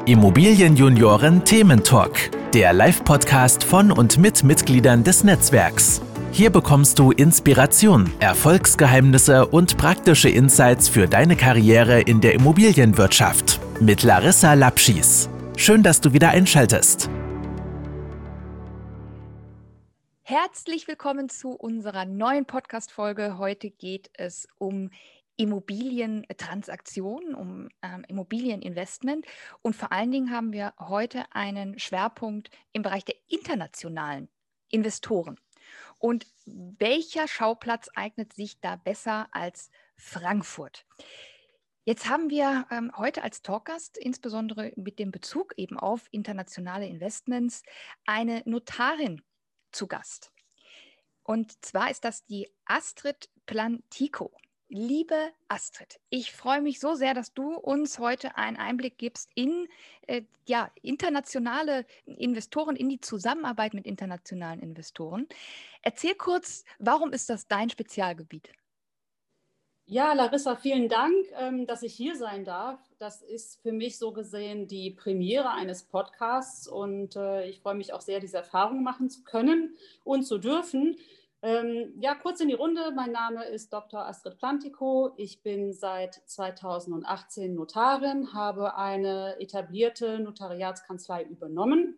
Immobilien-Junioren Thementalk, der Live-Podcast von und mit Mitgliedern des Netzwerks. Hier bekommst du Inspiration, Erfolgsgeheimnisse und praktische Insights für deine Karriere in der Immobilienwirtschaft mit Larissa Lapschis. Schön, dass du wieder einschaltest. Herzlich willkommen zu unserer neuen Podcast-Folge. Heute geht es um Immobilientransaktionen, um Immobilieninvestment. Und vor allen Dingen haben wir heute einen Schwerpunkt im Bereich der internationalen Investoren. Und welcher Schauplatz eignet sich da besser als Frankfurt? Jetzt haben wir heute als Talkgast, insbesondere mit dem Bezug eben auf internationale Investments, eine Notarin zu Gast. Und zwar ist das die Astrid Plantico. Liebe Astrid, ich freue mich so sehr, dass du uns heute einen Einblick gibst in internationale Investoren, in die Zusammenarbeit mit internationalen Investoren. Erzähl kurz, warum ist das dein Spezialgebiet? Ja, Larissa, vielen Dank, dass ich hier sein darf. Das ist für mich so gesehen die Premiere eines Podcasts und ich freue mich auch sehr, diese Erfahrung machen zu können und zu dürfen. Kurz in die Runde. Mein Name ist Dr. Astrid Plantico. Ich bin seit 2018 Notarin, habe eine etablierte Notariatskanzlei übernommen.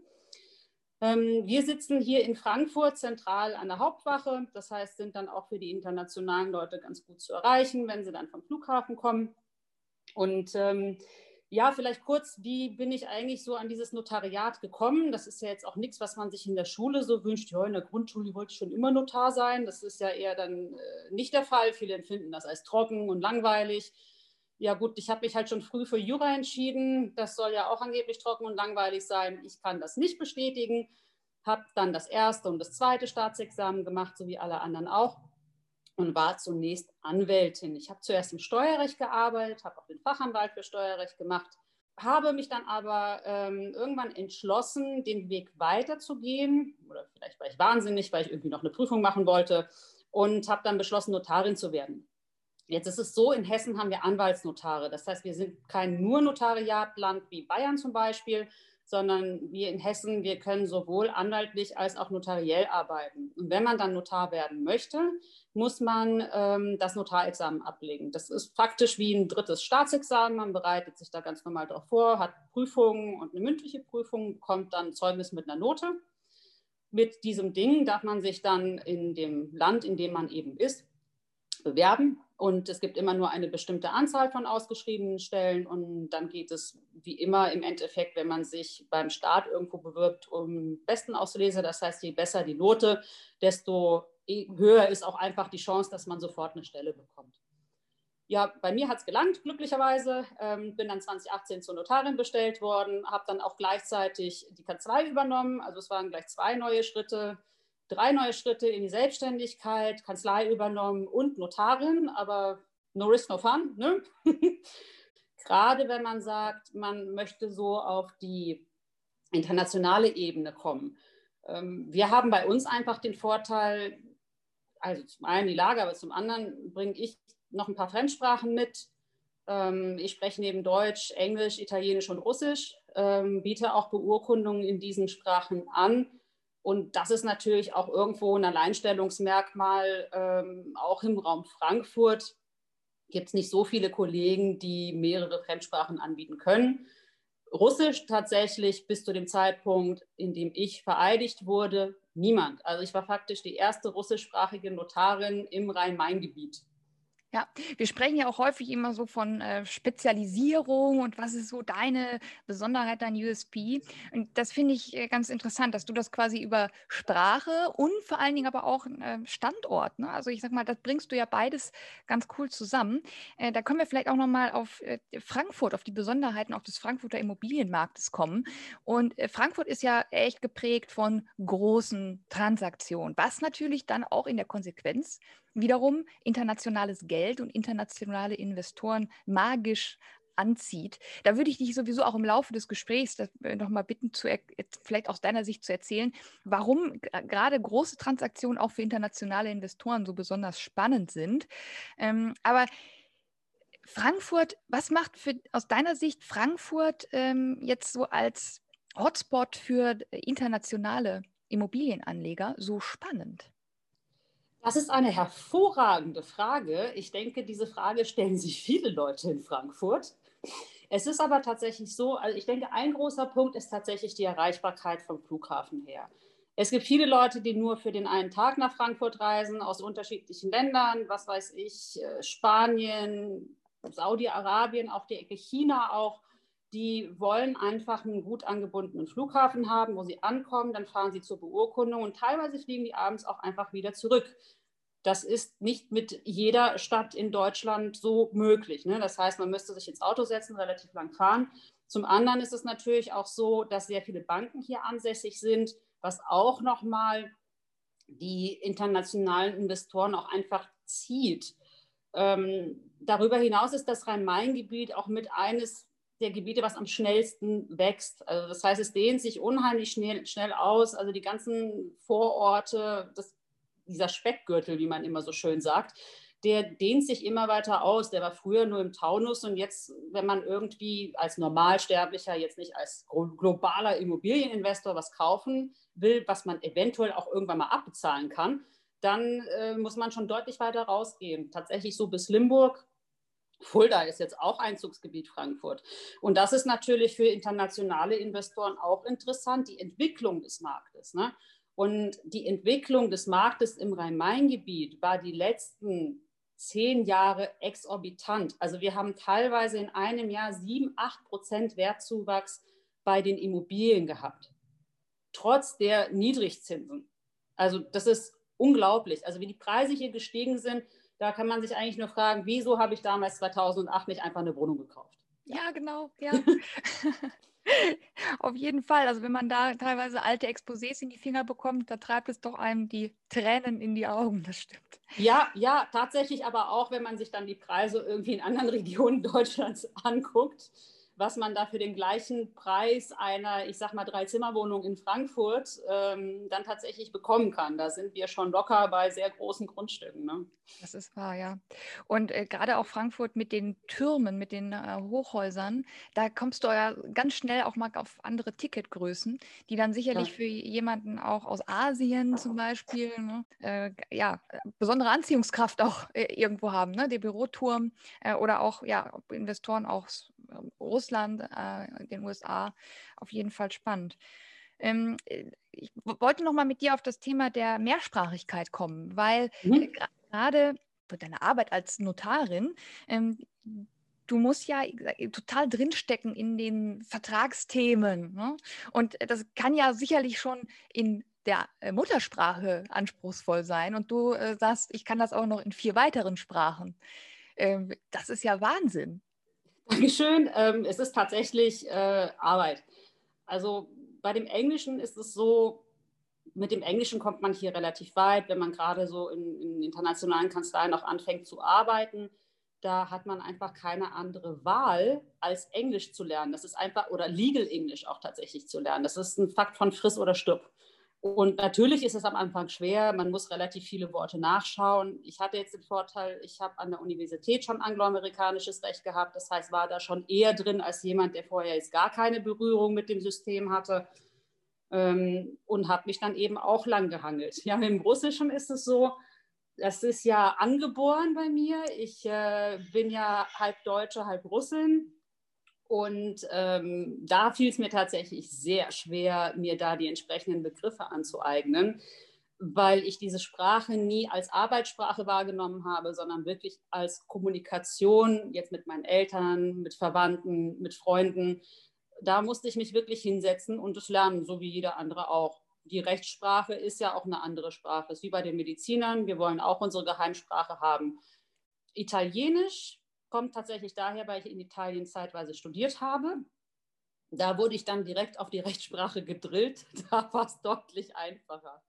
Wir sitzen hier in Frankfurt zentral an der Hauptwache. Das heißt, sind dann auch für die internationalen Leute ganz gut zu erreichen, wenn sie dann vom Flughafen kommen. Und vielleicht kurz, wie bin ich eigentlich so an dieses Notariat gekommen? Das ist ja jetzt auch nichts, was man sich in der Schule so wünscht. Ja, in der Grundschule wollte ich schon immer Notar sein. Das ist ja eher dann nicht der Fall. Viele empfinden das als trocken und langweilig. Ja gut, ich habe mich halt schon früh für Jura entschieden. Das soll ja auch angeblich trocken und langweilig sein. Ich kann das nicht bestätigen. Habe dann das erste und das zweite Staatsexamen gemacht, so wie alle anderen auch. Und war zunächst Anwältin. Ich habe zuerst im Steuerrecht gearbeitet, habe auch den Fachanwalt für Steuerrecht gemacht, habe mich dann aber irgendwann entschlossen, den Weg weiterzugehen. Oder vielleicht war ich wahnsinnig, weil ich irgendwie noch eine Prüfung machen wollte und habe dann beschlossen, Notarin zu werden. Jetzt ist es so, in Hessen haben wir Anwaltsnotare. Das heißt, wir sind kein nur Notariatland wie Bayern zum Beispiel, sondern wir in Hessen, wir können sowohl anwaltlich als auch notariell arbeiten. Und wenn man dann Notar werden möchte, muss man das Notarexamen ablegen. Das ist praktisch wie ein drittes Staatsexamen. Man bereitet sich da ganz normal darauf vor, hat Prüfungen und eine mündliche Prüfung, bekommt dann ein Zeugnis mit einer Note. Mit diesem Ding darf man sich dann in dem Land, in dem man eben ist, bewerben. Und es gibt immer nur eine bestimmte Anzahl von ausgeschriebenen Stellen. Und dann geht es wie immer im Endeffekt, wenn man sich beim Staat irgendwo bewirbt, um Besten auszulesen. Das heißt, je besser die Note, desto höher ist auch einfach die Chance, dass man sofort eine Stelle bekommt. Ja, bei mir hat es gelangt, glücklicherweise. Bin dann 2018 zur Notarin bestellt worden, habe dann auch gleichzeitig die Kanzlei übernommen. Also es waren gleich 3 neue Schritte in die Selbstständigkeit, Kanzlei übernommen und Notarin, aber no risk, no fun. Ne? Gerade wenn man sagt, man möchte so auf die internationale Ebene kommen. Wir haben bei uns einfach den Vorteil, also zum einen die Lage, aber zum anderen bringe ich noch ein paar Fremdsprachen mit. Ich spreche neben Deutsch, Englisch, Italienisch und Russisch, biete auch Beurkundungen in diesen Sprachen an. Und das ist natürlich auch irgendwo ein Alleinstellungsmerkmal. Auch im Raum Frankfurt gibt es nicht so viele Kollegen, die mehrere Fremdsprachen anbieten können. Russisch tatsächlich bis zu dem Zeitpunkt, in dem ich vereidigt wurde, niemand. Also ich war faktisch die erste russischsprachige Notarin im Rhein-Main-Gebiet. Ja, wir sprechen ja auch häufig immer so von Spezialisierung und was ist so deine Besonderheit, dein USP. Und das finde ich ganz interessant, dass du das quasi über Sprache und vor allen Dingen aber auch Standort, ne? Also ich sag mal, das bringst du ja beides ganz cool zusammen. Da können wir vielleicht auch nochmal auf Frankfurt, auf die Besonderheiten auch des Frankfurter Immobilienmarktes kommen. Und Frankfurt ist ja echt geprägt von großen Transaktionen, was natürlich dann auch in der Konsequenz wiederum internationales Geld und internationale Investoren magisch anzieht. Da würde ich dich sowieso auch im Laufe des Gesprächs noch mal bitten, vielleicht aus deiner Sicht zu erzählen, warum gerade große Transaktionen auch für internationale Investoren so besonders spannend sind. Aber Frankfurt, was macht aus deiner Sicht Frankfurt jetzt so als Hotspot für internationale Immobilienanleger so spannend? Das ist eine hervorragende Frage. Ich denke, diese Frage stellen sich viele Leute in Frankfurt. Es ist aber tatsächlich so, also ich denke, ein großer Punkt ist tatsächlich die Erreichbarkeit vom Flughafen her. Es gibt viele Leute, die nur für den einen Tag nach Frankfurt reisen, aus unterschiedlichen Ländern, was weiß ich, Spanien, Saudi-Arabien, auch die Ecke China auch. Die wollen einfach einen gut angebundenen Flughafen haben, wo sie ankommen, dann fahren sie zur Beurkundung und teilweise fliegen die abends auch einfach wieder zurück. Das ist nicht mit jeder Stadt in Deutschland so möglich. Ne? Das heißt, man müsste sich ins Auto setzen, relativ lang fahren. Zum anderen ist es natürlich auch so, dass sehr viele Banken hier ansässig sind, was auch nochmal die internationalen Investoren auch einfach zieht. Darüber hinaus ist das Rhein-Main-Gebiet auch mit eines der Gebiete, was am schnellsten wächst. Also das heißt, es dehnt sich unheimlich schnell aus. Also die ganzen Vororte, dieser Speckgürtel, wie man immer so schön sagt, der dehnt sich immer weiter aus. Der war früher nur im Taunus und jetzt, wenn man irgendwie als Normalsterblicher, jetzt nicht als globaler Immobilieninvestor was kaufen will, was man eventuell auch irgendwann mal abbezahlen kann, dann muss man schon deutlich weiter rausgehen. Tatsächlich so bis Limburg. Fulda ist jetzt auch Einzugsgebiet Frankfurt. Und das ist natürlich für internationale Investoren auch interessant, die Entwicklung des Marktes. Ne? Und die Entwicklung des Marktes im Rhein-Main-Gebiet war die letzten 10 Jahre exorbitant. Also wir haben teilweise in einem Jahr 7-8% Wertzuwachs bei den Immobilien gehabt, trotz der Niedrigzinsen. Also das ist unglaublich. Also wie die Preise hier gestiegen sind, da kann man sich eigentlich nur fragen, wieso habe ich damals 2008 nicht einfach eine Wohnung gekauft? Ja, genau, ja. Auf jeden Fall. Also wenn man da teilweise alte Exposés in die Finger bekommt, da treibt es doch einem die Tränen in die Augen, das stimmt. Ja, ja, tatsächlich, aber auch, wenn man sich dann die Preise irgendwie in anderen Regionen Deutschlands anguckt, was man da für den gleichen Preis einer, ich sag mal, 3-Zimmer-Wohnung in Frankfurt dann tatsächlich bekommen kann. Da sind wir schon locker bei sehr großen Grundstücken. Ne? Das ist wahr, ja. Und gerade auch Frankfurt mit den Türmen, mit den Hochhäusern, da kommst du ja ganz schnell auch mal auf andere Ticketgrößen, die dann sicherlich Ja. für jemanden auch aus Asien zum Beispiel, ne, besondere Anziehungskraft auch irgendwo haben, ne? Der Büroturm oder auch Investoren aus Russland, den USA, auf jeden Fall spannend. Ich wollte noch mal mit dir auf das Thema der Mehrsprachigkeit kommen, weil gerade für deine Arbeit als Notarin, du musst ja total drinstecken in den Vertragsthemen. Ne? Und das kann ja sicherlich schon in der Muttersprache anspruchsvoll sein. Und du sagst, ich kann das auch noch in 4 weiteren Sprachen. Das ist ja Wahnsinn. Dankeschön. Es ist tatsächlich Arbeit. Also bei dem Englischen ist es so, mit dem Englischen kommt man hier relativ weit, wenn man gerade so in internationalen Kanzleien auch anfängt zu arbeiten. Da hat man einfach keine andere Wahl, als Englisch zu lernen. Das ist einfach, oder Legal English auch tatsächlich zu lernen. Das ist ein Fakt von friss oder stirb. Und natürlich ist es am Anfang schwer, man muss relativ viele Worte nachschauen. Ich hatte jetzt den Vorteil, ich habe an der Universität schon angloamerikanisches Recht gehabt, das heißt, war da schon eher drin als jemand, der vorher jetzt gar keine Berührung mit dem System hatte und habe mich dann eben auch lang gehangelt. Ja, mit dem Russischen ist es so, das ist ja angeboren bei mir. Ich bin ja halb Deutsche, halb Russin. Und da fiel es mir tatsächlich sehr schwer, mir da die entsprechenden Begriffe anzueignen, weil ich diese Sprache nie als Arbeitssprache wahrgenommen habe, sondern wirklich als Kommunikation, jetzt mit meinen Eltern, mit Verwandten, mit Freunden. Da musste ich mich wirklich hinsetzen und es lernen, so wie jeder andere auch. Die Rechtssprache ist ja auch eine andere Sprache. Es ist wie bei den Medizinern. Wir wollen auch unsere Geheimsprache haben. Italienisch kommt tatsächlich daher, weil ich in Italien zeitweise studiert habe. Da wurde ich dann direkt auf die Rechtssprache gedrillt. Da war es deutlich einfacher.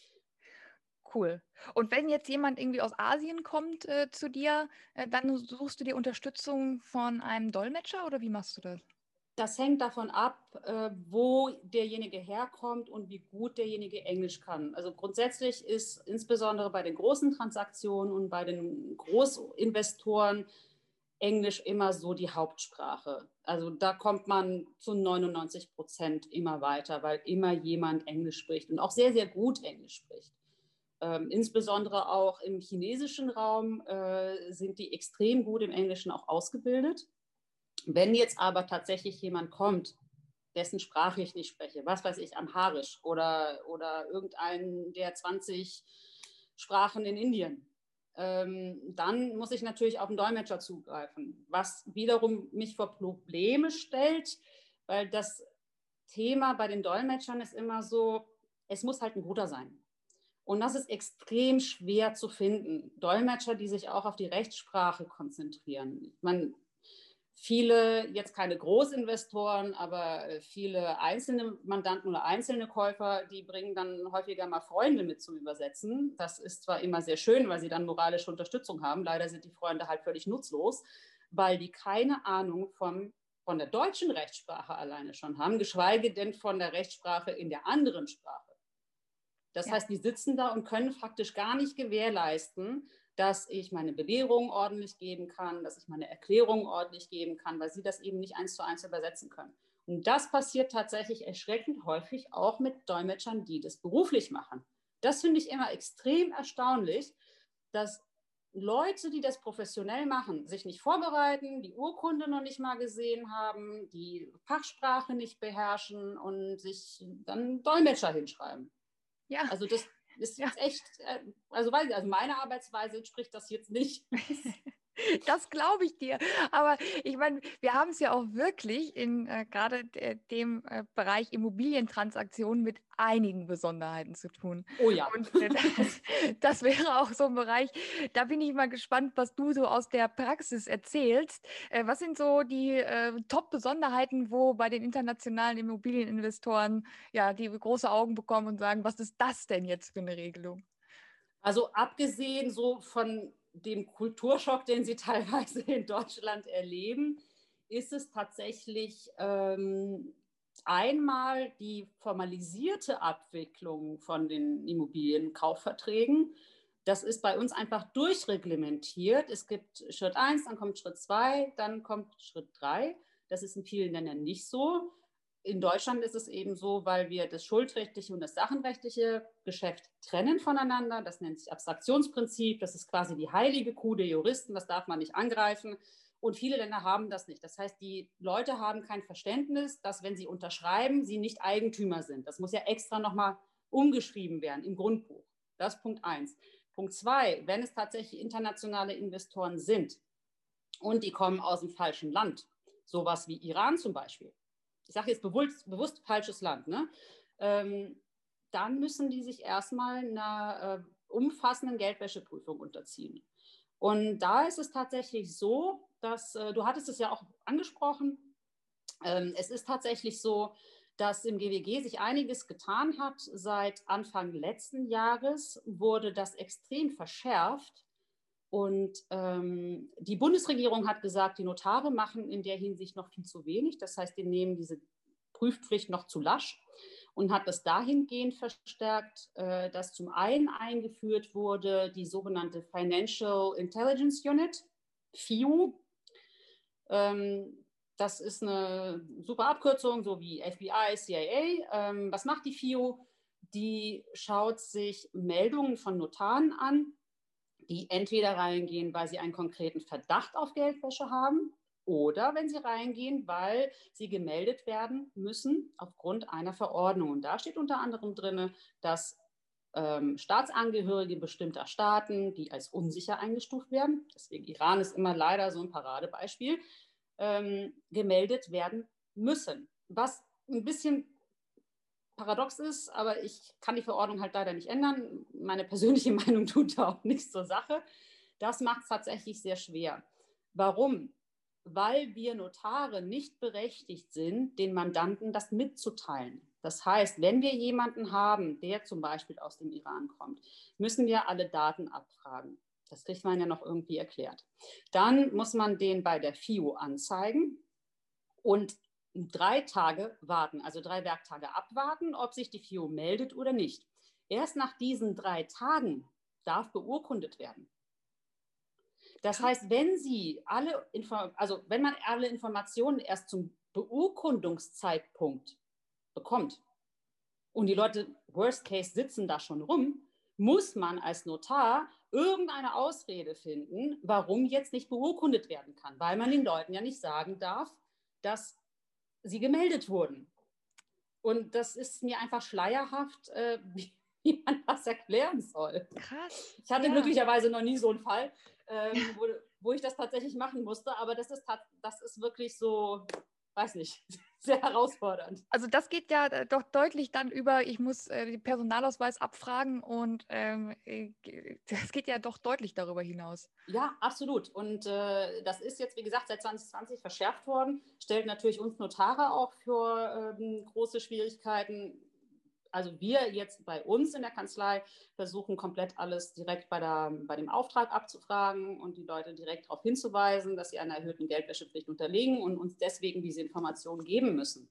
Cool. Und wenn jetzt jemand irgendwie aus Asien kommt zu dir, dann suchst du dir Unterstützung von einem Dolmetscher oder wie machst du das? Das hängt davon ab, wo derjenige herkommt und wie gut derjenige Englisch kann. Also grundsätzlich ist insbesondere bei den großen Transaktionen und bei den Großinvestoren Englisch immer so die Hauptsprache. Also da kommt man zu 99% immer weiter, weil immer jemand Englisch spricht und auch sehr, sehr gut Englisch spricht. Insbesondere auch im chinesischen Raum sind die extrem gut im Englischen auch ausgebildet. Wenn jetzt aber tatsächlich jemand kommt, dessen Sprache ich nicht spreche, was weiß ich, Amharisch oder irgendeinen der 20 Sprachen in Indien, dann muss ich natürlich auf einen Dolmetscher zugreifen, was wiederum mich vor Probleme stellt, weil das Thema bei den Dolmetschern ist immer so, es muss halt ein guter sein. Und das ist extrem schwer zu finden. Dolmetscher, die sich auch auf die Rechtssprache konzentrieren. Viele, jetzt keine Großinvestoren, aber viele einzelne Mandanten oder einzelne Käufer, die bringen dann häufiger mal Freunde mit zum Übersetzen. Das ist zwar immer sehr schön, weil sie dann moralische Unterstützung haben. Leider sind die Freunde halt völlig nutzlos, weil die keine Ahnung von der deutschen Rechtssprache alleine schon haben, geschweige denn von der Rechtssprache in der anderen Sprache. Das heißt, die sitzen da und können faktisch gar nicht gewährleisten, dass ich meine Belehrung ordentlich geben kann, dass ich meine Erklärung ordentlich geben kann, weil sie das eben nicht 1:1 übersetzen können. Und das passiert tatsächlich erschreckend häufig auch mit Dolmetschern, die das beruflich machen. Das finde ich immer extrem erstaunlich, dass Leute, die das professionell machen, sich nicht vorbereiten, die Urkunde noch nicht mal gesehen haben, die Fachsprache nicht beherrschen und sich dann Dolmetscher hinschreiben. Ja. Also das ist echt, also meine Arbeitsweise spricht das jetzt nicht. Das glaube ich dir. Aber ich meine, wir haben es ja auch wirklich in gerade dem Bereich Immobilientransaktionen mit einigen Besonderheiten zu tun. Oh ja. Und das wäre auch so ein Bereich, da bin ich mal gespannt, was du so aus der Praxis erzählst. Was sind so die Top-Besonderheiten, wo bei den internationalen Immobilieninvestoren ja die große Augen bekommen und sagen, was ist das denn jetzt für eine Regelung? Also abgesehen so von dem Kulturschock, den sie teilweise in Deutschland erleben, ist es tatsächlich einmal die formalisierte Abwicklung von den Immobilienkaufverträgen. Das ist bei uns einfach durchreglementiert. Es gibt Schritt 1, dann kommt Schritt 2, dann kommt Schritt 3. Das ist in vielen Ländern nicht so. In Deutschland ist es eben so, weil wir das schuldrechtliche und das sachenrechtliche Geschäft trennen voneinander. Das nennt sich Abstraktionsprinzip. Das ist quasi die heilige Kuh der Juristen. Das darf man nicht angreifen. Und viele Länder haben das nicht. Das heißt, die Leute haben kein Verständnis, dass, wenn sie unterschreiben, sie nicht Eigentümer sind. Das muss ja extra nochmal umgeschrieben werden im Grundbuch. Das ist Punkt 1. Punkt 2, wenn es tatsächlich internationale Investoren sind und die kommen aus dem falschen Land, sowas wie Iran zum Beispiel, ich sage jetzt bewusst falsches Land, ne? Dann müssen die sich erstmal einer umfassenden Geldwäscheprüfung unterziehen. Und da ist es tatsächlich so, dass, du hattest es ja auch angesprochen, es ist tatsächlich so, dass im GWG sich einiges getan hat. Seit Anfang letzten Jahres wurde das extrem verschärft. Und die Bundesregierung hat gesagt, die Notare machen in der Hinsicht noch viel zu wenig. Das heißt, die nehmen diese Prüfpflicht noch zu lasch und hat das dahingehend verstärkt, dass zum einen eingeführt wurde die sogenannte Financial Intelligence Unit, FIU. Das ist eine super Abkürzung, so wie FBI, CIA. Was macht die FIU? Die schaut sich Meldungen von Notaren an, die entweder reingehen, weil sie einen konkreten Verdacht auf Geldwäsche haben, oder wenn sie reingehen, weil sie gemeldet werden müssen aufgrund einer Verordnung. Und da steht unter anderem drin, dass Staatsangehörige bestimmter Staaten, die als unsicher eingestuft werden, deswegen Iran ist immer leider so ein Paradebeispiel, gemeldet werden müssen. Was ein bisschen paradox ist, aber ich kann die Verordnung halt leider nicht ändern. Meine persönliche Meinung tut da auch nichts zur Sache. Das macht es tatsächlich sehr schwer. Warum? Weil wir Notare nicht berechtigt sind, den Mandanten das mitzuteilen. Das heißt, wenn wir jemanden haben, der zum Beispiel aus dem Iran kommt, müssen wir alle Daten abfragen. Das kriegt man ja noch irgendwie erklärt. Dann muss man den bei der FIU anzeigen und 3 Tage warten, also 3 Werktage abwarten, ob sich die FIU meldet oder nicht. Erst nach diesen 3 Tagen darf beurkundet werden. Das heißt, wenn man alle Informationen erst zum Beurkundungszeitpunkt bekommt und die Leute, worst case, sitzen da schon rum, muss man als Notar irgendeine Ausrede finden, warum jetzt nicht beurkundet werden kann, weil man den Leuten ja nicht sagen darf, dass sie gemeldet wurden. Und das ist mir einfach schleierhaft, wie man das erklären soll. Krass. Ich hatte glücklicherweise noch nie so einen Fall, wo ich das tatsächlich machen musste, aber das ist wirklich so, weiß nicht, sehr herausfordernd. Also das geht ja doch deutlich dann über, ich muss den Personalausweis abfragen und das geht ja doch deutlich darüber hinaus. Ja, absolut. Und das ist jetzt, wie gesagt, seit 2020 verschärft worden, stellt natürlich uns Notare auch für große Schwierigkeiten. Also wir jetzt bei uns in der Kanzlei versuchen komplett alles direkt bei dem Auftrag abzufragen und die Leute direkt darauf hinzuweisen, dass sie einer erhöhten Geldwäschepflicht unterliegen und uns deswegen diese Informationen geben müssen.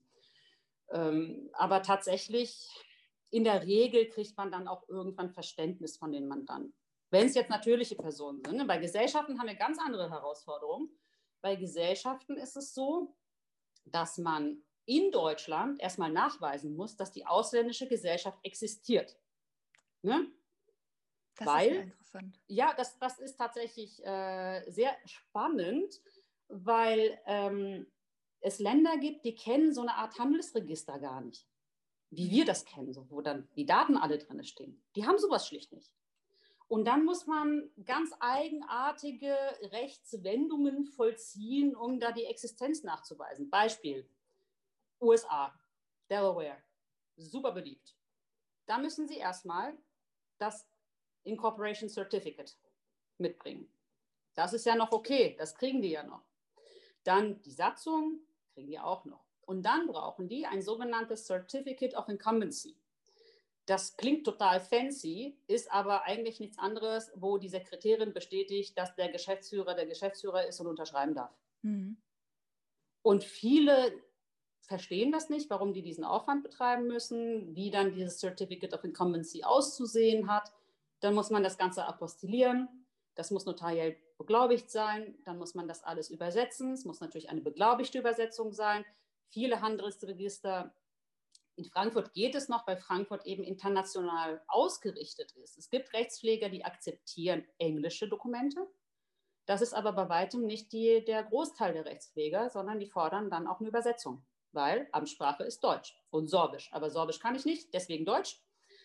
Aber tatsächlich, in der Regel kriegt man dann auch irgendwann Verständnis von den Mandanten. Wenn es jetzt natürliche Personen sind. Ne? Bei Gesellschaften haben wir ganz andere Herausforderungen. Bei Gesellschaften ist es so, dass man in Deutschland erstmal nachweisen muss, dass die ausländische Gesellschaft existiert. Ne? Das ist sehr interessant. Ja, das ist tatsächlich sehr spannend, weil es Länder gibt, die kennen so eine Art Handelsregister gar nicht, wie wir das kennen, so, wo dann die Daten alle drin stehen. Die haben sowas schlicht nicht. Und dann muss man ganz eigenartige Rechtswendungen vollziehen, um da die Existenz nachzuweisen. Beispiel: USA, Delaware, super beliebt. Da müssen Sie erstmal das Incorporation Certificate mitbringen. Das ist ja noch okay, das kriegen die ja noch. Dann die Satzung kriegen die auch noch. Und dann brauchen die ein sogenanntes Certificate of Incumbency. Das klingt total fancy, ist aber eigentlich nichts anderes, wo die Sekretärin bestätigt, dass der Geschäftsführer ist und unterschreiben darf. Mhm. Und viele verstehen das nicht, warum die diesen Aufwand betreiben müssen, wie dann dieses Certificate of Incumbency auszusehen hat. Dann muss man das Ganze apostillieren. Das muss notariell beglaubigt sein. Dann muss man das alles übersetzen. Es muss natürlich eine beglaubigte Übersetzung sein. Viele Handelsregister. In Frankfurt geht es noch, weil Frankfurt eben international ausgerichtet ist. Es gibt Rechtspfleger, die akzeptieren englische Dokumente. Das ist aber bei weitem nicht der Großteil der Rechtspfleger, sondern die fordern dann auch eine Übersetzung, weil Amtssprache ist Deutsch und Sorbisch. Aber Sorbisch kann ich nicht, deswegen Deutsch.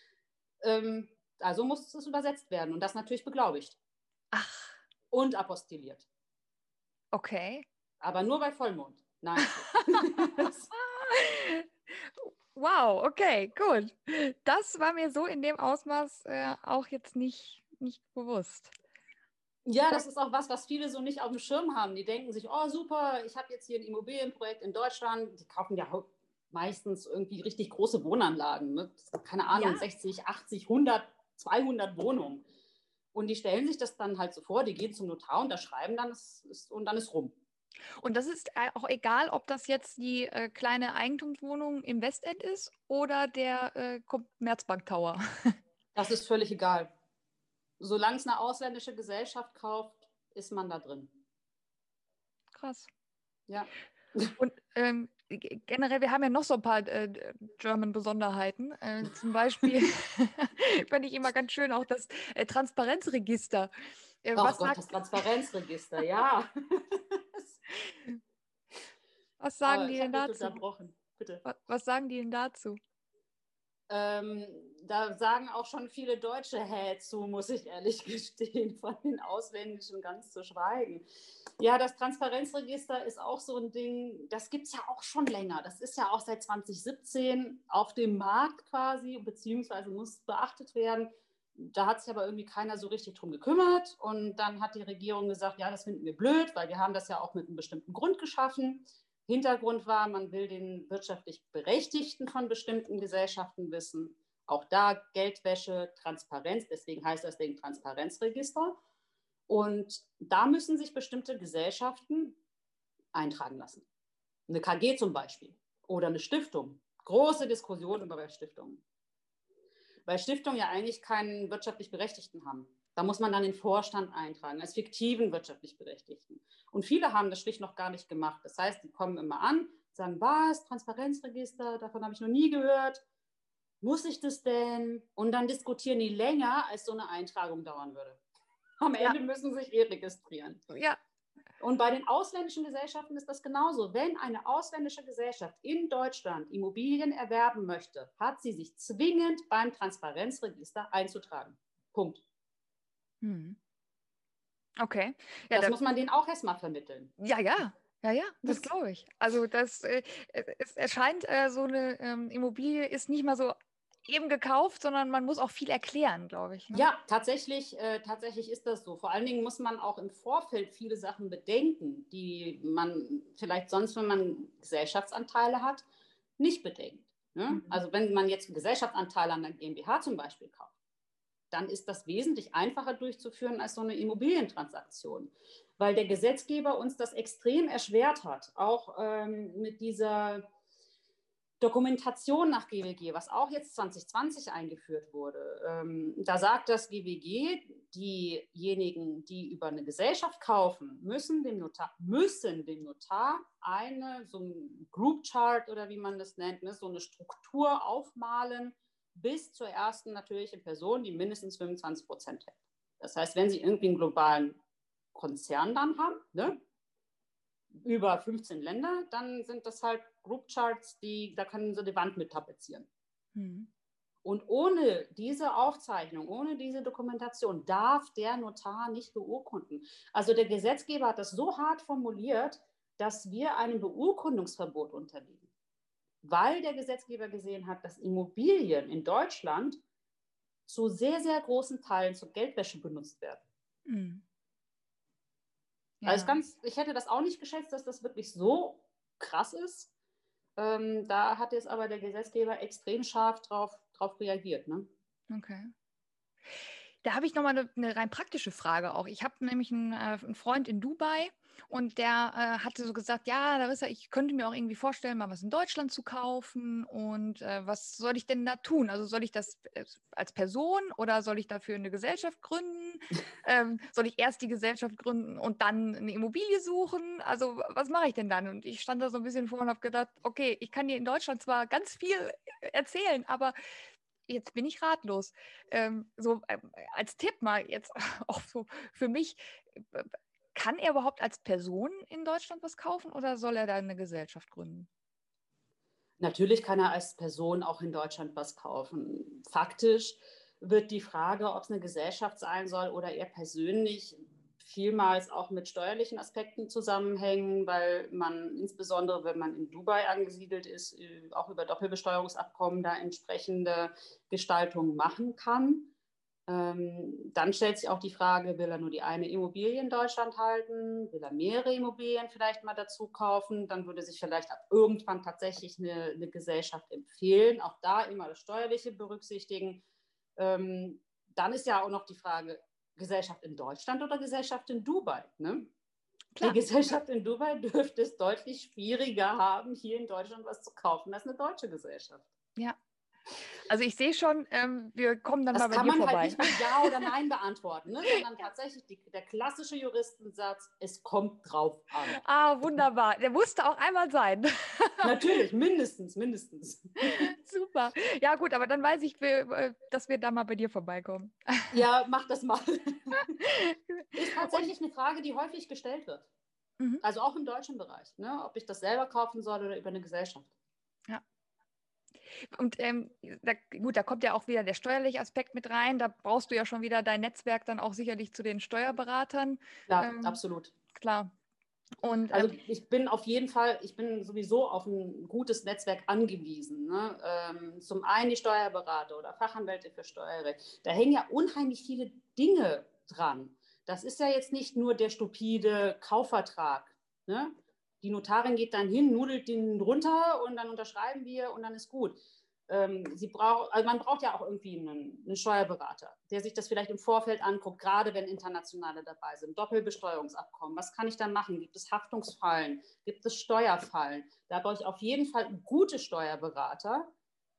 Also muss es übersetzt werden und das natürlich beglaubigt. Ach. Und apostilliert. Okay. Aber nur bei Vollmond. Nein. Wow, okay, gut. Das war mir so in dem Ausmaß auch jetzt nicht bewusst. Ja, das ist auch was viele so nicht auf dem Schirm haben. Die denken sich, oh super, ich habe jetzt hier ein Immobilienprojekt in Deutschland. Die kaufen ja meistens irgendwie richtig große Wohnanlagen. Ne? Keine Ahnung, ja. 60, 80, 100, 200 Wohnungen. Und die stellen sich das dann halt so vor, die gehen zum Notar, unterschreiben dann und dann ist rum. Und das ist auch egal, ob das jetzt die kleine Eigentumswohnung im Westend ist oder der Commerzbank Tower. Das ist völlig egal. Solange es eine ausländische Gesellschaft kauft, ist man da drin. Krass. Ja. Und generell, wir haben ja noch so ein paar German-Besonderheiten. Zum Beispiel fand ich immer ganz schön auch das Transparenzregister. Das Transparenzregister, ja. Was sagen die denn dazu? Unterbrochen. Bitte. Was sagen die denn dazu? Da sagen auch schon viele Deutsche zu, muss ich ehrlich gestehen, von den Ausländischen ganz zu schweigen. Ja, das Transparenzregister ist auch so ein Ding, das gibt es ja auch schon länger. Das ist ja auch seit 2017 auf dem Markt quasi, beziehungsweise muss beachtet werden. Da hat sich aber irgendwie keiner so richtig drum gekümmert. Und dann hat die Regierung gesagt, ja, das finden wir blöd, weil wir haben das ja auch mit einem bestimmten Grund geschaffen. Hintergrund war, man will den wirtschaftlich Berechtigten von bestimmten Gesellschaften wissen. Auch da Geldwäsche, Transparenz, deswegen heißt das Ding Transparenzregister. Und da müssen sich bestimmte Gesellschaften eintragen lassen. Eine KG zum Beispiel oder eine Stiftung. Große Diskussion über Stiftungen. Weil Stiftungen ja eigentlich keinen wirtschaftlich Berechtigten haben. Da muss man dann den Vorstand eintragen, als fiktiven wirtschaftlich Berechtigten. Und viele haben das schlicht noch gar nicht gemacht. Das heißt, die kommen immer an, sagen, was, Transparenzregister, davon habe ich noch nie gehört. Muss ich das denn? Und dann diskutieren die länger, als so eine Eintragung dauern würde. Am Ende müssen sie sich registrieren. Ja. Und bei den ausländischen Gesellschaften ist das genauso. Wenn eine ausländische Gesellschaft in Deutschland Immobilien erwerben möchte, hat sie sich zwingend beim Transparenzregister einzutragen. Punkt. Okay. Ja, das muss man denen auch erstmal vermitteln. Ja, das glaube ich. Also es erscheint, so eine Immobilie ist nicht mal so eben gekauft, sondern man muss auch viel erklären, glaube ich. Ne? Ja, tatsächlich ist das so. Vor allen Dingen muss man auch im Vorfeld viele Sachen bedenken, die man vielleicht sonst, wenn man Gesellschaftsanteile hat, nicht bedenkt. Ne? Also wenn man jetzt einen Gesellschaftsanteil an der GmbH zum Beispiel kauft, dann ist das wesentlich einfacher durchzuführen als so eine Immobilientransaktion, weil der Gesetzgeber uns das extrem erschwert hat, auch mit dieser Dokumentation nach GWG, was auch jetzt 2020 eingeführt wurde. Da sagt das GWG, diejenigen, die über eine Gesellschaft kaufen, müssen dem Notar so ein Group Chart oder wie man das nennt, ne, so eine Struktur aufmalen, bis zur ersten natürlichen Person, die mindestens 25% hält. Das heißt, wenn Sie irgendwie einen globalen Konzern dann haben, ne, über 15 Länder, dann sind das halt Group Charts, da können Sie die Wand mit tapezieren. Und ohne diese Aufzeichnung, ohne diese Dokumentation darf der Notar nicht beurkunden. Also der Gesetzgeber hat das so hart formuliert, dass wir einem Beurkundungsverbot unterliegen, weil der Gesetzgeber gesehen hat, dass Immobilien in Deutschland zu sehr, sehr großen Teilen zur Geldwäsche benutzt werden. Ja. Also ich hätte das auch nicht geschätzt, dass das wirklich so krass ist. Da hat jetzt aber der Gesetzgeber extrem scharf drauf reagiert. Ne? Okay. Da habe ich nochmal eine rein praktische Frage auch. Ich habe nämlich einen Freund in Dubai und der hatte so gesagt, ja, Larissa, ich könnte mir auch irgendwie vorstellen, mal was in Deutschland zu kaufen und was soll ich denn da tun? Also soll ich das als Person oder soll ich dafür eine Gesellschaft gründen? Soll ich erst die Gesellschaft gründen und dann eine Immobilie suchen? Also was mache ich denn dann? Und ich stand da so ein bisschen vor und habe gedacht, okay, ich kann dir in Deutschland zwar ganz viel erzählen, aber jetzt bin ich ratlos. Als Tipp mal jetzt auch so für mich, kann er überhaupt als Person in Deutschland was kaufen oder soll er da eine Gesellschaft gründen? Natürlich kann er als Person auch in Deutschland was kaufen. Faktisch wird die Frage, ob es eine Gesellschaft sein soll oder er persönlich, vielmals auch mit steuerlichen Aspekten zusammenhängen, weil man insbesondere, wenn man in Dubai angesiedelt ist, auch über Doppelbesteuerungsabkommen da entsprechende Gestaltungen machen kann. Dann stellt sich auch die Frage, will er nur die eine Immobilie in Deutschland halten? Will er mehrere Immobilien vielleicht mal dazu kaufen? Dann würde sich vielleicht irgendwann tatsächlich eine Gesellschaft empfehlen. Auch da immer das Steuerliche berücksichtigen. Dann ist ja auch noch die Frage, Gesellschaft in Deutschland oder Gesellschaft in Dubai? Ne? Die Gesellschaft in Dubai dürfte es deutlich schwieriger haben, hier in Deutschland was zu kaufen, als eine deutsche Gesellschaft. Ja. Also ich sehe schon, wir kommen dann mal bei dir vorbei. Das kann man halt nicht mit Ja oder Nein beantworten, ne? Sondern tatsächlich der klassische Juristensatz, es kommt drauf an. Ah, wunderbar. Der musste auch einmal sein. Natürlich, mindestens. Super. Ja gut, aber dann weiß ich, dass wir da mal bei dir vorbeikommen. Ja, mach das mal. Ist tatsächlich eine Frage, die häufig gestellt wird. Also auch im deutschen Bereich, ne? Ob ich das selber kaufen soll oder über eine Gesellschaft. Ja. Und da kommt ja auch wieder der steuerliche Aspekt mit rein. Da brauchst du ja schon wieder dein Netzwerk dann auch sicherlich zu den Steuerberatern. Ja, absolut. Klar. Und, also ich bin sowieso auf ein gutes Netzwerk angewiesen. Ne? Zum einen die Steuerberater oder Fachanwälte für Steuerrecht. Da hängen ja unheimlich viele Dinge dran. Das ist ja jetzt nicht nur der stupide Kaufvertrag. Ne? Die Notarin geht dann hin, nudelt den runter und dann unterschreiben wir und dann ist gut. Man braucht ja auch irgendwie einen Steuerberater, der sich das vielleicht im Vorfeld anguckt, gerade wenn Internationale dabei sind. Doppelbesteuerungsabkommen, was kann ich da machen? Gibt es Haftungsfallen? Gibt es Steuerfallen? Da brauche ich auf jeden Fall gute Steuerberater,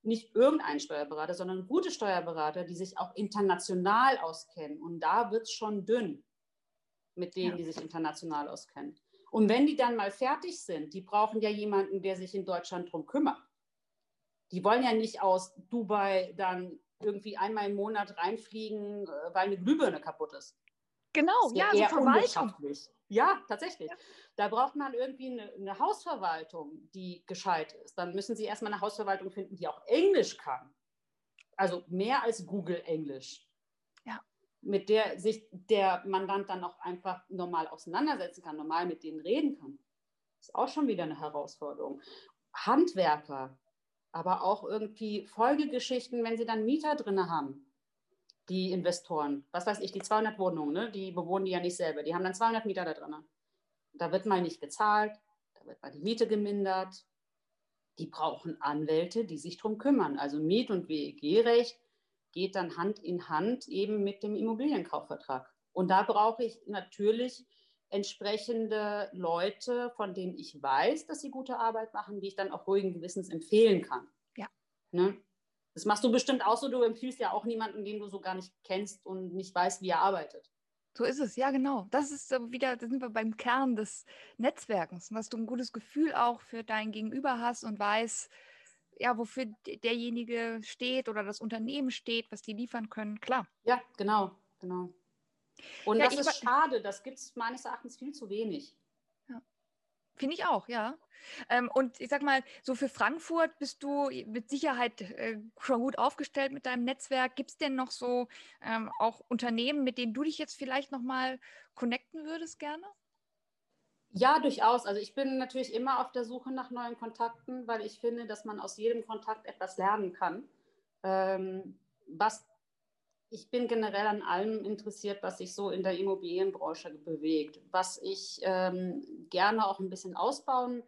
nicht irgendeinen Steuerberater, sondern gute Steuerberater, die sich auch international auskennen. Und da wird es schon dünn mit denen, die sich international auskennen. Und wenn die dann mal fertig sind, die brauchen ja jemanden, der sich in Deutschland drum kümmert. Die wollen ja nicht aus Dubai dann irgendwie einmal im Monat reinfliegen, weil eine Glühbirne kaputt ist. Genau, ja, so Verwaltung. Ja, tatsächlich. Ja. Da braucht man irgendwie eine Hausverwaltung, die gescheit ist. Dann müssen Sie erstmal eine Hausverwaltung finden, die auch Englisch kann. Also mehr als Google Englisch. Ja. Mit der sich der Mandant dann auch einfach normal auseinandersetzen kann, normal mit denen reden kann. Das ist auch schon wieder eine Herausforderung. Handwerker, aber auch irgendwie Folgegeschichten, wenn Sie dann Mieter drin haben. Die Investoren, was weiß ich, die 200 Wohnungen, ne, die bewohnen die ja nicht selber. Die haben dann 200 Mieter da drin. Da wird mal nicht gezahlt, da wird mal die Miete gemindert. Die brauchen Anwälte, die sich drum kümmern. Also Miet- und WEG-Recht geht dann Hand in Hand eben mit dem Immobilienkaufvertrag. Und da brauche ich natürlich entsprechende Leute, von denen ich weiß, dass sie gute Arbeit machen, die ich dann auch ruhigen Gewissens empfehlen kann. Ja. Ne? Das machst du bestimmt auch so. Du empfiehlst ja auch niemanden, den du so gar nicht kennst und nicht weißt, wie er arbeitet. So ist es, ja genau. Das ist wieder, da sind wir beim Kern des Netzwerkens, dass du ein gutes Gefühl auch für dein Gegenüber hast und weißt, ja, wofür derjenige steht oder das Unternehmen steht, was die liefern können. Klar. Ja, genau. Und ja, das ist schade. Das gibt es meines Erachtens viel zu wenig. Finde ich auch, ja. Und ich sag mal, so für Frankfurt bist du mit Sicherheit schon gut aufgestellt mit deinem Netzwerk. Gibt es denn noch so auch Unternehmen, mit denen du dich jetzt vielleicht nochmal connecten würdest gerne? Ja, durchaus. Also ich bin natürlich immer auf der Suche nach neuen Kontakten, weil ich finde, dass man aus jedem Kontakt etwas lernen kann. Ich bin generell an allem interessiert, was sich so in der Immobilienbranche bewegt. Was ich gerne auch ein bisschen ausbauen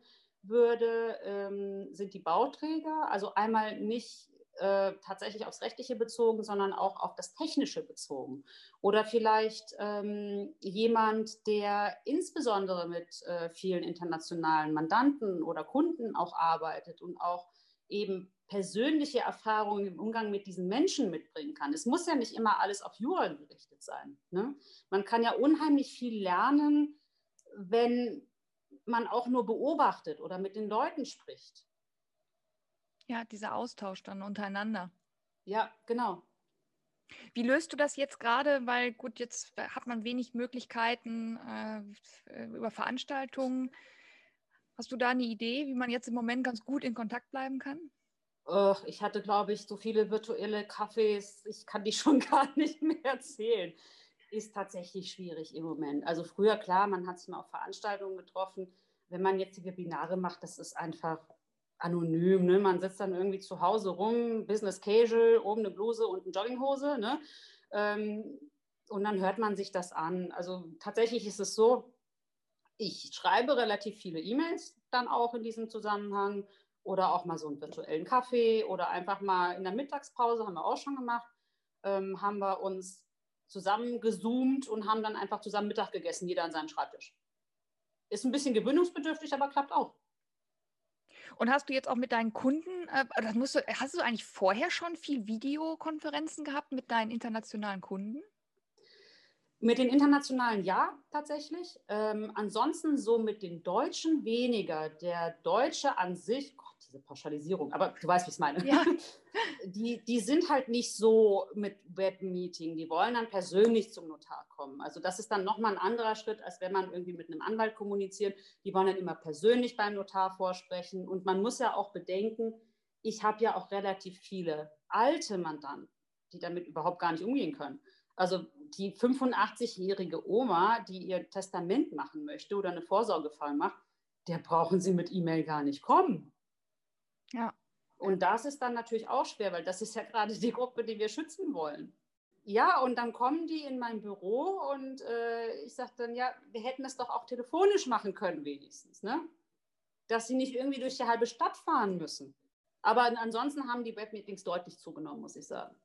würde, sind die Bauträger. Also einmal nicht tatsächlich aufs Rechtliche bezogen, sondern auch auf das Technische bezogen. Oder vielleicht jemand, der insbesondere mit vielen internationalen Mandanten oder Kunden auch arbeitet und auch eben persönliche Erfahrungen im Umgang mit diesen Menschen mitbringen kann. Es muss ja nicht immer alles auf Jura gerichtet sein. Ne? Man kann ja unheimlich viel lernen, wenn man auch nur beobachtet oder mit den Leuten spricht. Ja, dieser Austausch dann untereinander. Ja, genau. Wie löst du das jetzt gerade? Weil gut, jetzt hat man wenig Möglichkeiten über Veranstaltungen. Hast du da eine Idee, wie man jetzt im Moment ganz gut in Kontakt bleiben kann? Ich hatte, glaube ich, so viele virtuelle Cafés, ich kann die schon gar nicht mehr erzählen. Ist tatsächlich schwierig im Moment. Also früher, klar, man hat sich mal auf Veranstaltungen getroffen. Wenn man jetzt die Webinare macht, das ist einfach anonym. Ne? Man sitzt dann irgendwie zu Hause rum, Business Casual, oben eine Bluse und eine Jogginghose. Ne? Und dann hört man sich das an. Also tatsächlich ist es so, ich schreibe relativ viele E-Mails dann auch in diesem Zusammenhang oder auch mal so einen virtuellen Kaffee oder einfach mal in der Mittagspause, haben wir auch schon gemacht, haben wir uns zusammen gezoomt und haben dann einfach zusammen Mittag gegessen, jeder an seinem Schreibtisch. Ist ein bisschen gewöhnungsbedürftig, aber klappt auch. Und hast du jetzt auch mit deinen Kunden, hast du eigentlich vorher schon viel Videokonferenzen gehabt mit deinen internationalen Kunden? Mit den internationalen ja, tatsächlich. Ansonsten so mit den Deutschen weniger. Der Deutsche an sich, Gott, diese Pauschalisierung, aber du weißt, wie ich es meine. Ja. Die sind halt nicht so mit Webmeeting. Die wollen dann persönlich zum Notar kommen. Also das ist dann nochmal ein anderer Schritt, als wenn man irgendwie mit einem Anwalt kommuniziert. Die wollen dann immer persönlich beim Notar vorsprechen. Und man muss ja auch bedenken, ich habe ja auch relativ viele alte Mandanten, die damit überhaupt gar nicht umgehen können. Also die 85-jährige Oma, die ihr Testament machen möchte oder eine Vorsorgefall macht, der brauchen sie mit E-Mail gar nicht kommen. Ja. Und das ist dann natürlich auch schwer, weil das ist ja gerade die Gruppe, die wir schützen wollen. Ja, und dann kommen die in mein Büro und ich sage dann, ja, wir hätten es doch auch telefonisch machen können wenigstens, ne? Dass sie nicht irgendwie durch die halbe Stadt fahren müssen. Aber ansonsten haben die Webmeetings deutlich zugenommen, muss ich sagen.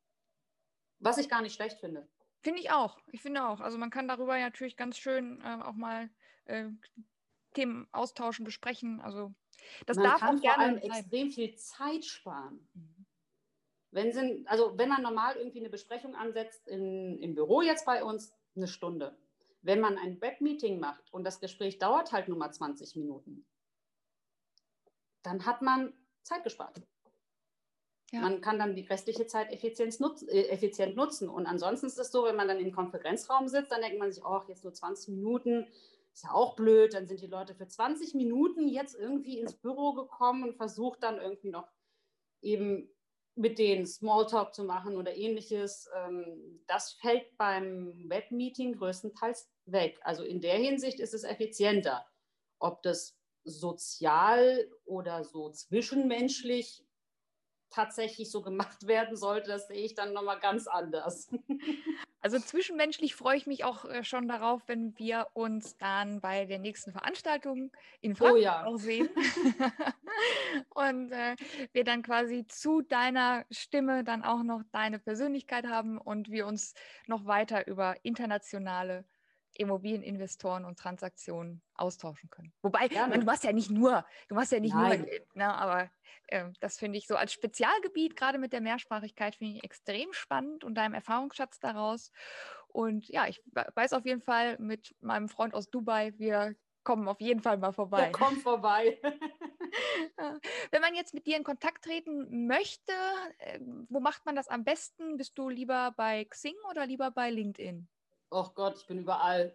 Was ich gar nicht schlecht finde. Finde ich auch. Ich finde auch. Also man kann darüber ja natürlich ganz schön auch mal Themen austauschen, besprechen. Also Das Man darf kann auch vor gerne allem bleiben. extrem viel Zeit sparen. Mhm. Wenn man normal irgendwie eine Besprechung ansetzt, im Büro jetzt bei uns, eine Stunde. Wenn man ein Webmeeting macht und das Gespräch dauert halt nur mal 20 Minuten, dann hat man Zeit gespart. Ja. Man kann dann die restliche Zeit effizient nutzen. Und ansonsten ist es so, wenn man dann im Konferenzraum sitzt, dann denkt man sich, oh, jetzt nur 20 Minuten, ist ja auch blöd. Dann sind die Leute für 20 Minuten jetzt irgendwie ins Büro gekommen und versucht dann irgendwie noch eben mit denen Smalltalk zu machen oder ähnliches. Das fällt beim Webmeeting größtenteils weg. Also in der Hinsicht ist es effizienter. Ob das sozial oder so zwischenmenschlich tatsächlich so gemacht werden sollte, das sehe ich dann nochmal ganz anders. Also zwischenmenschlich freue ich mich auch schon darauf, wenn wir uns dann bei der nächsten Veranstaltung in Frankfurt auch sehen. Und wir dann quasi zu deiner Stimme dann auch noch deine Persönlichkeit haben und wir uns noch weiter über internationale Immobilieninvestoren und Transaktionen austauschen können. Wobei, du machst ja nicht nur, ne, aber das finde ich so als Spezialgebiet, gerade mit der Mehrsprachigkeit, finde ich extrem spannend und deinem Erfahrungsschatz daraus. Und ja, ich weiß auf jeden Fall mit meinem Freund aus Dubai, wir kommen auf jeden Fall mal vorbei. Ja, komm vorbei. Wenn man jetzt mit dir in Kontakt treten möchte, wo macht man das am besten? Bist du lieber bei Xing oder lieber bei LinkedIn? Oh Gott, ich bin überall.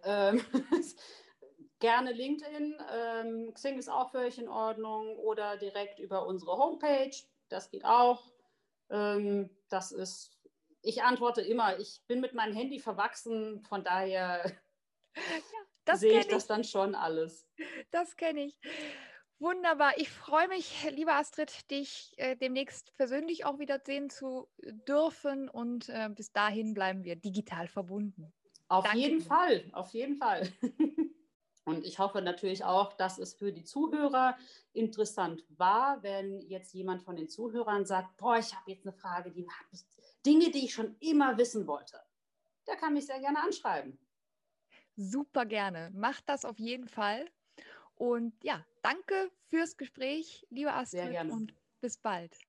Gerne LinkedIn. Xing ist auch völlig in Ordnung oder direkt über unsere Homepage. Das geht auch. Ich antworte immer. Ich bin mit meinem Handy verwachsen, von daher sehe ich das dann schon alles. Das kenne ich. Wunderbar. Ich freue mich, liebe Astrid, dich demnächst persönlich auch wieder sehen zu dürfen und bis dahin bleiben wir digital verbunden. Auf jeden Fall. Und ich hoffe natürlich auch, dass es für die Zuhörer interessant war, wenn jetzt jemand von den Zuhörern sagt, boah, ich habe jetzt eine Frage, Dinge, die ich schon immer wissen wollte. Der kann mich sehr gerne anschreiben. Super gerne. Macht das auf jeden Fall. Und ja, danke fürs Gespräch, liebe Astrid, sehr gerne. Und bis bald.